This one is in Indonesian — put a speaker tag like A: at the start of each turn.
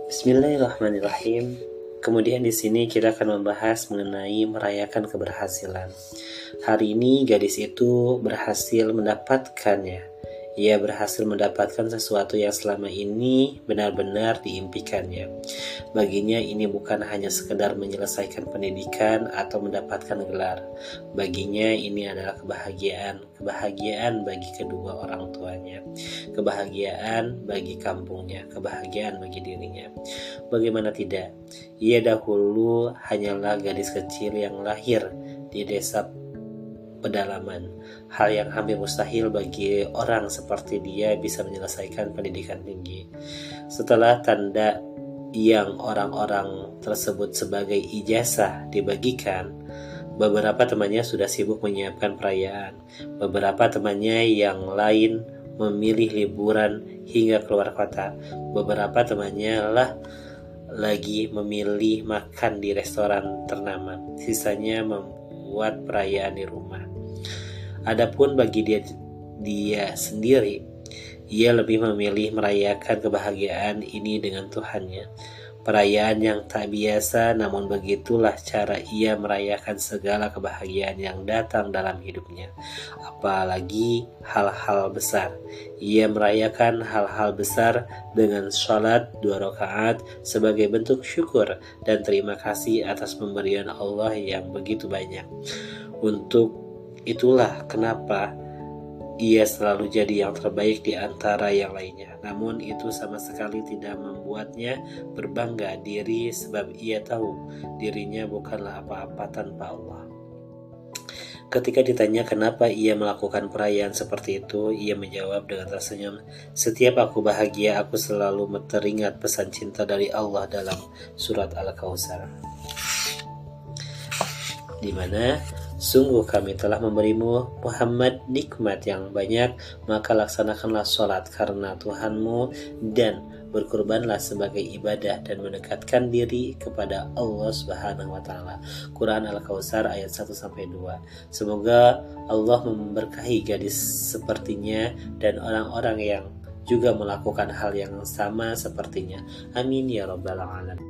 A: Bismillahirrahmanirrahim. Kemudian di sini kita akan membahas mengenai merayakan keberhasilan. Hari ini gadis itu berhasil mendapatkannya. Ia berhasil mendapatkan sesuatu yang selama ini benar-benar diimpikannya. Baginya ini bukan hanya sekedar menyelesaikan pendidikan atau mendapatkan gelar. Baginya ini adalah kebahagiaan bagi kedua orang tuanya, kebahagiaan bagi kampungnya, kebahagiaan bagi dirinya. Bagaimana tidak? Ia dahulu hanyalah gadis kecil yang lahir di desa pedalaman. Hal yang hampir mustahil bagi orang seperti dia bisa menyelesaikan pendidikan tinggi. Setelah tanda yang orang-orang tersebut sebagai ijazah dibagikan, beberapa temannya sudah sibuk menyiapkan perayaan. Beberapa temannya yang lain memilih liburan hingga keluar kota. Beberapa temannya lagi memilih makan di restoran ternama. Sisanya membuat perayaan di rumah. Adapun bagi dia sendiri, ia lebih memilih merayakan kebahagiaan ini dengan Tuhannya. Perayaan yang tak biasa, namun begitulah cara ia merayakan segala kebahagiaan yang datang dalam hidupnya. Apalagi hal-hal besar. Ia merayakan hal-hal besar dengan sholat 2 rakaat sebagai bentuk syukur dan terima kasih atas pemberian Allah yang begitu banyak. Untuk itulah kenapa ia selalu jadi yang terbaik di antara yang lainnya. Namun itu sama sekali tidak membuatnya berbangga diri, sebab ia tahu dirinya bukanlah apa-apa tanpa Allah. Ketika ditanya kenapa ia melakukan perayaan seperti itu, ia menjawab dengan tersenyum, "Setiap aku bahagia, aku selalu teringat pesan cinta dari Allah dalam surat Al-Kautsar, di mana sungguh kami telah memberimu Muhammad nikmat yang banyak, maka laksanakanlah sholat karena Tuhanmu dan berkurbanlah sebagai ibadah dan mendekatkan diri kepada Allah Subhanahu wa taala." Quran Al-Kautsar ayat 1-2. Semoga Allah memberkahi gadis sepertinya dan orang-orang yang juga melakukan hal yang sama sepertinya. Amin ya rabbal alamin.